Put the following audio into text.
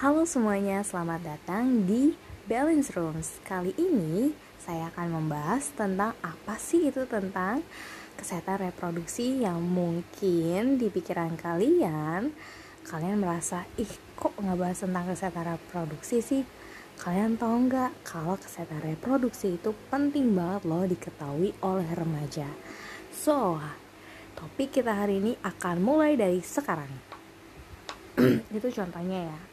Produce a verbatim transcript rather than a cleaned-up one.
Halo semuanya, selamat datang di Balance Rooms. Kali ini saya akan membahas tentang apa sih itu tentang kesehatan reproduksi yang mungkin di pikiran kalian Kalian merasa, ih kok nggak bahas tentang kesehatan reproduksi sih? Kalian tahu nggak kalau kesehatan reproduksi itu penting banget loh diketahui oleh remaja. So, topik kita hari ini akan mulai dari sekarang. Itu contohnya ya.